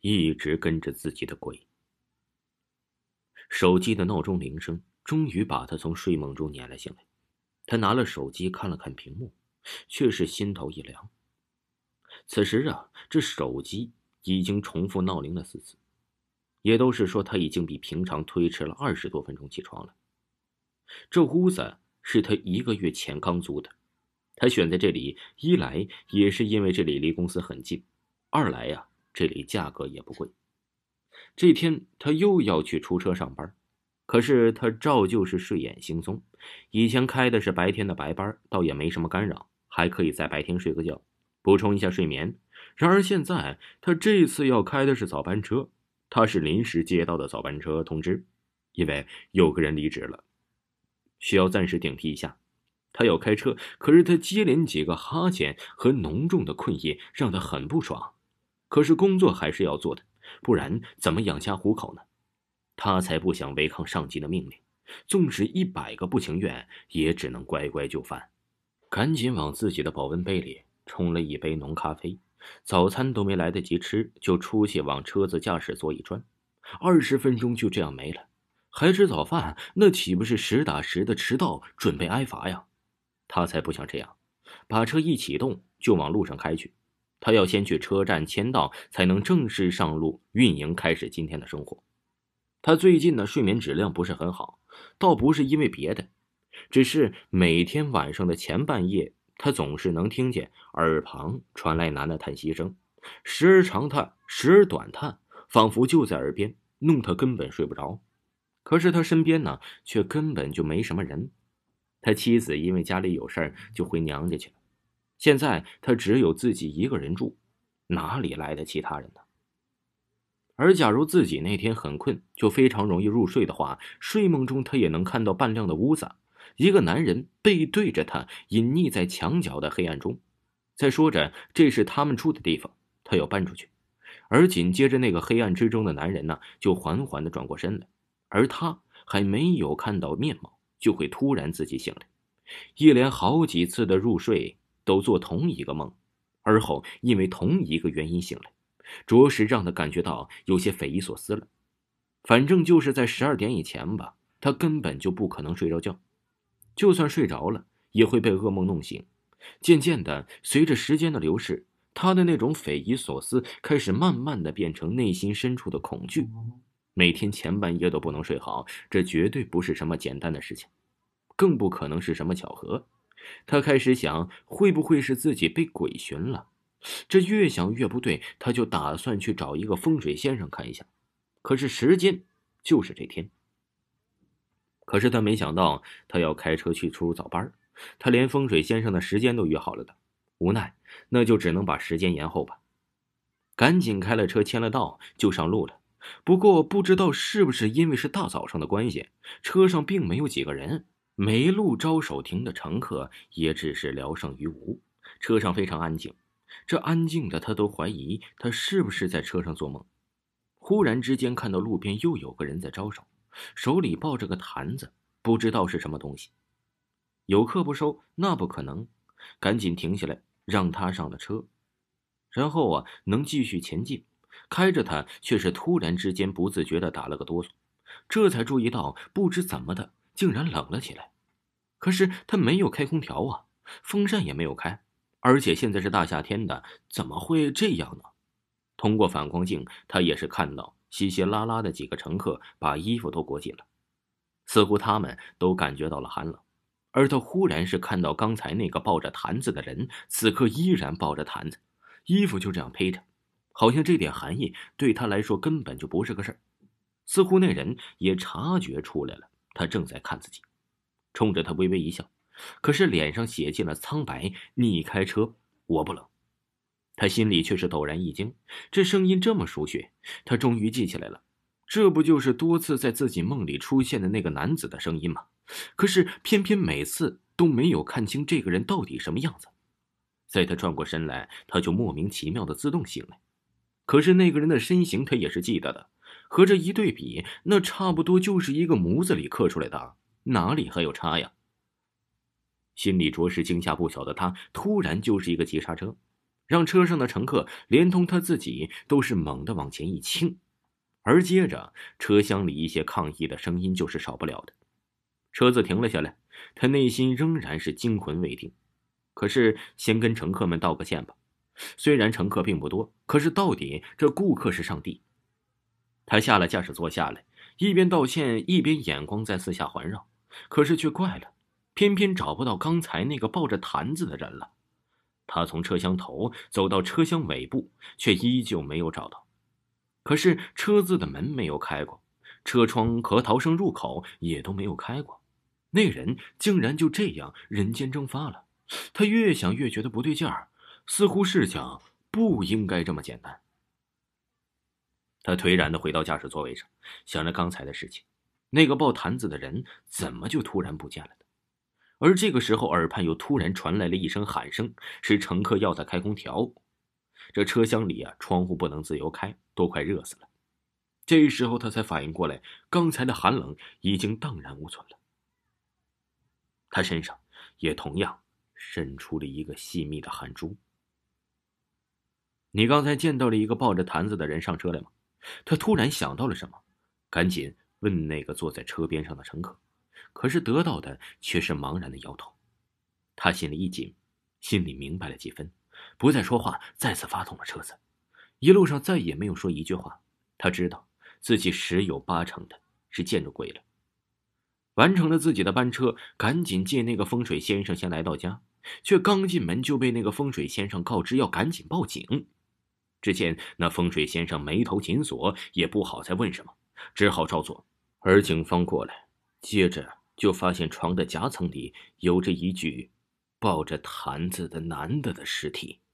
一直跟着自己的鬼。手机的闹钟铃声终于把他从睡梦中撵了醒来。他拿了手机看了看屏幕，却是心头一凉。此时啊，这手机已经重复闹铃了4次，也都是说他已经比平常推迟了20多分钟起床了。这屋子是他1个月前刚租的，他选在这里，一来也是因为这里离公司很近，二来呀，这里价格也不贵。这天他又要去出车上班，可是他照旧是睡眼惺忪。以前开的是白天的白班，倒也没什么干扰，还可以在白天睡个觉，补充一下睡眠。然而现在他这次要开的是早班车，他是临时接到的早班车通知，因为有个人离职了，需要暂时顶替一下。他要开车，可是他接连几个哈欠和浓重的困意让他很不爽。可是工作还是要做的，不然怎么养家糊口呢？他才不想违抗上级的命令，纵使100个不情愿，也只能乖乖就范。赶紧往自己的保温杯里冲了一杯浓咖啡，早餐都没来得及吃，就出去往车子驾驶座一钻，20分钟就这样没了。还吃早饭，那岂不是实打实的迟到，准备挨罚呀？他才不想这样，把车一启动就往路上开去。他要先去车站签到，才能正式上路运营，开始今天的生活。他最近的睡眠质量不是很好，倒不是因为别的，只是每天晚上的前半夜，他总是能听见耳旁传来男的叹息声，时而长叹，时而短叹，仿佛就在耳边，弄他根本睡不着。可是他身边呢，却根本就没什么人。他妻子因为家里有事儿就回娘家去了，现在他只有自己一个人住，哪里来的其他人呢？而假如自己那天很困，就非常容易入睡的话，睡梦中他也能看到半亮的屋子，一个男人背对着他，隐匿在墙角的黑暗中，在说着这是他们住的地方，他要搬出去。而紧接着那个黑暗之中的男人呢，就缓缓地转过身来，而他还没有看到面貌，就会突然自己醒来，一连好几次的入睡都做同一个梦，而后因为同一个原因醒来，着实让他感觉到有些匪夷所思了。反正就是在12点以前吧，他根本就不可能睡着觉，就算睡着了也会被噩梦弄醒。渐渐的，随着时间的流逝，他的那种匪夷所思开始慢慢的变成内心深处的恐惧。每天前半夜都不能睡好，这绝对不是什么简单的事情，更不可能是什么巧合。他开始想，会不会是自己被鬼寻了？这越想越不对，他就打算去找一个风水先生看一下。可是时间就是这天。可是他没想到，他要开车去出早班，他连风水先生的时间都约好了的，无奈那就只能把时间延后吧。赶紧开了车，签了到，就上路了。不过不知道是不是因为是大早上的关系，车上并没有几个人，没路招手停的乘客也只是聊胜于无，车上非常安静。这安静的他都怀疑他是不是在车上做梦。忽然之间看到路边又有个人在招手，手里抱着个坛子，不知道是什么东西。有客不收，那不可能，赶紧停下来让他上了车，然后能继续前进。开着他却是突然之间不自觉地打了个哆嗦，这才注意到不知怎么的竟然冷了起来。可是他没有开空调啊，风扇也没有开，而且现在是大夏天的，怎么会这样呢？通过反光镜，他也是看到稀稀拉拉的几个乘客把衣服都裹紧了，似乎他们都感觉到了寒冷。而他忽然是看到刚才那个抱着坛子的人，此刻依然抱着坛子，衣服就这样披着，好像这点寒意对他来说根本就不是个事儿。似乎那人也察觉出来了，他正在看自己，冲着他微微一笑，可是脸上写进了苍白：你开车，我不冷。他心里却是陡然一惊，这声音这么熟悉，他终于记起来了，这不就是多次在自己梦里出现的那个男子的声音吗？可是偏偏每次都没有看清这个人到底什么样子。在他转过身来，他就莫名其妙的自动醒来。可是那个人的身形他也是记得的，和这一对比，那差不多就是一个模子里刻出来的，哪里还有差呀？心里着实惊吓不小的他，突然就是一个急刹车， 让车上的乘客连同他自己都是猛地往前一倾。而接着，车厢里一些抗议的声音就是少不了的。车子停了下来，他内心仍然是惊魂未定。可是先跟乘客们道个歉吧，虽然乘客并不多，可是到底这顾客是上帝。他下了驾驶座下来，一边道歉一边眼光在四下环绕，可是却怪了，偏偏找不到刚才那个抱着坛子的人了。他从车厢头走到车厢尾部，却依旧没有找到。可是车子的门没有开过，车窗和逃生入口也都没有开过，那人竟然就这样人间蒸发了。他越想越觉得不对劲儿，似乎事情不应该这么简单。他颓然地回到驾驶座位上，想着刚才的事情，那个抱坛子的人怎么就突然不见了呢？而这个时候，耳畔又突然传来了一声喊声，是乘客要他开空调。这车厢里窗户不能自由开，都快热死了。这时候他才反应过来，刚才的寒冷已经荡然无存了。他身上也同样渗出了一个细密的汗珠。你刚才见到了一个抱着坛子的人上车来吗？他突然想到了什么，赶紧问那个坐在车边上的乘客，可是得到的却是茫然的摇头。他心里一紧，心里明白了几分，不再说话，再次发动了车子。一路上再也没有说一句话，他知道自己10有8成的是见着鬼了。完成了自己的班车，赶紧借那个风水先生先来到家，却刚进门就被那个风水先生告知要赶紧报警。只见那风水先生眉头紧锁，也不好再问什么，只好照做。而警方过来，接着就发现床的夹层里有着一具抱着坛子的男的尸体。